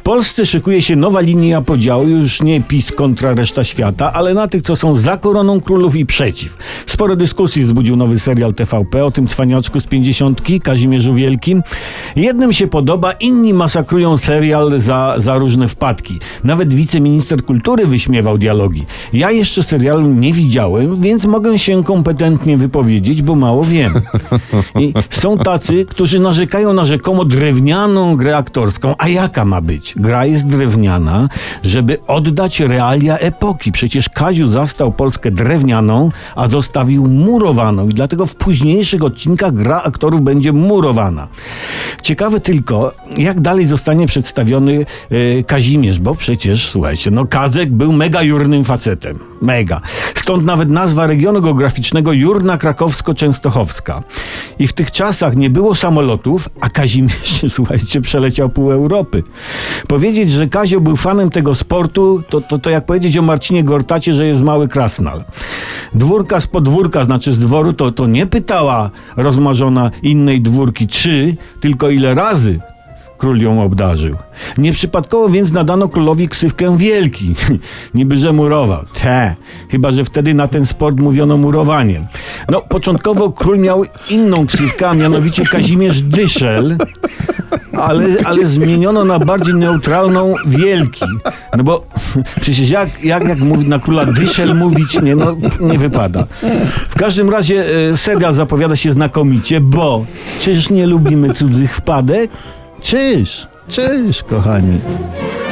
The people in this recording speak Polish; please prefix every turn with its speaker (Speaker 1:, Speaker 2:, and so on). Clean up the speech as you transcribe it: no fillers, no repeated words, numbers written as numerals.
Speaker 1: Polsce szykuje się nowa linia podziału, już nie PiS kontra reszta świata, ale na tych, co są za koroną królów i przeciw. Sporo dyskusji wzbudził nowy serial TVP o tym cwaniaczku z 50, Kazimierzu Wielkim. Jednym się podoba, inni masakrują serial za różne wpadki. Nawet wiceminister kultury wyśmiewał dialogi. Ja jeszcze serialu nie widziałem, więc mogę się kompetentnie wypowiedzieć, bo mało wiem. I są tacy, którzy narzekają na rzekomo drewnianą grę aktorską. A jaka ma być? Gra jest drewniana, żeby oddać realia epoki. Przecież Kaziu zastał Polskę drewnianą, a zostawił murowaną. I dlatego w późniejszych odcinkach gra aktorów będzie murowana. Ciekawe tylko, jak dalej zostanie przedstawiony Kazimierz, bo przecież, słuchajcie, Kazek był mega jurnym facetem. Mega. Stąd nawet nazwa regionu geograficznego Jurna Krakowsko-Częstochowska. I w tych czasach nie było samolotów, a Kazimierz, słuchajcie, przeleciał pół Europy. Powiedzieć, że Kazio był fanem tego sportu, to jak powiedzieć o Marcinie Gortacie, że jest mały krasnal. Dwórka z podwórka, znaczy z dworu, to nie pytała rozmarzona innej dwórki, czy, tylko ile razy król ją obdarzył. Nieprzypadkowo więc nadano królowi ksywkę Wielki. Niby, że murował. Chyba że wtedy na ten sport mówiono murowaniem. Początkowo król miał inną ksywkę, a mianowicie Kazimierz Dyszel, ale zmieniono na bardziej neutralną Wielki. Bo przecież jak mówić na króla Dyszel mówić, nie wypada. W każdym razie serial zapowiada się znakomicie, bo czyż nie lubimy cudzych wpadek? Czyż, kochani.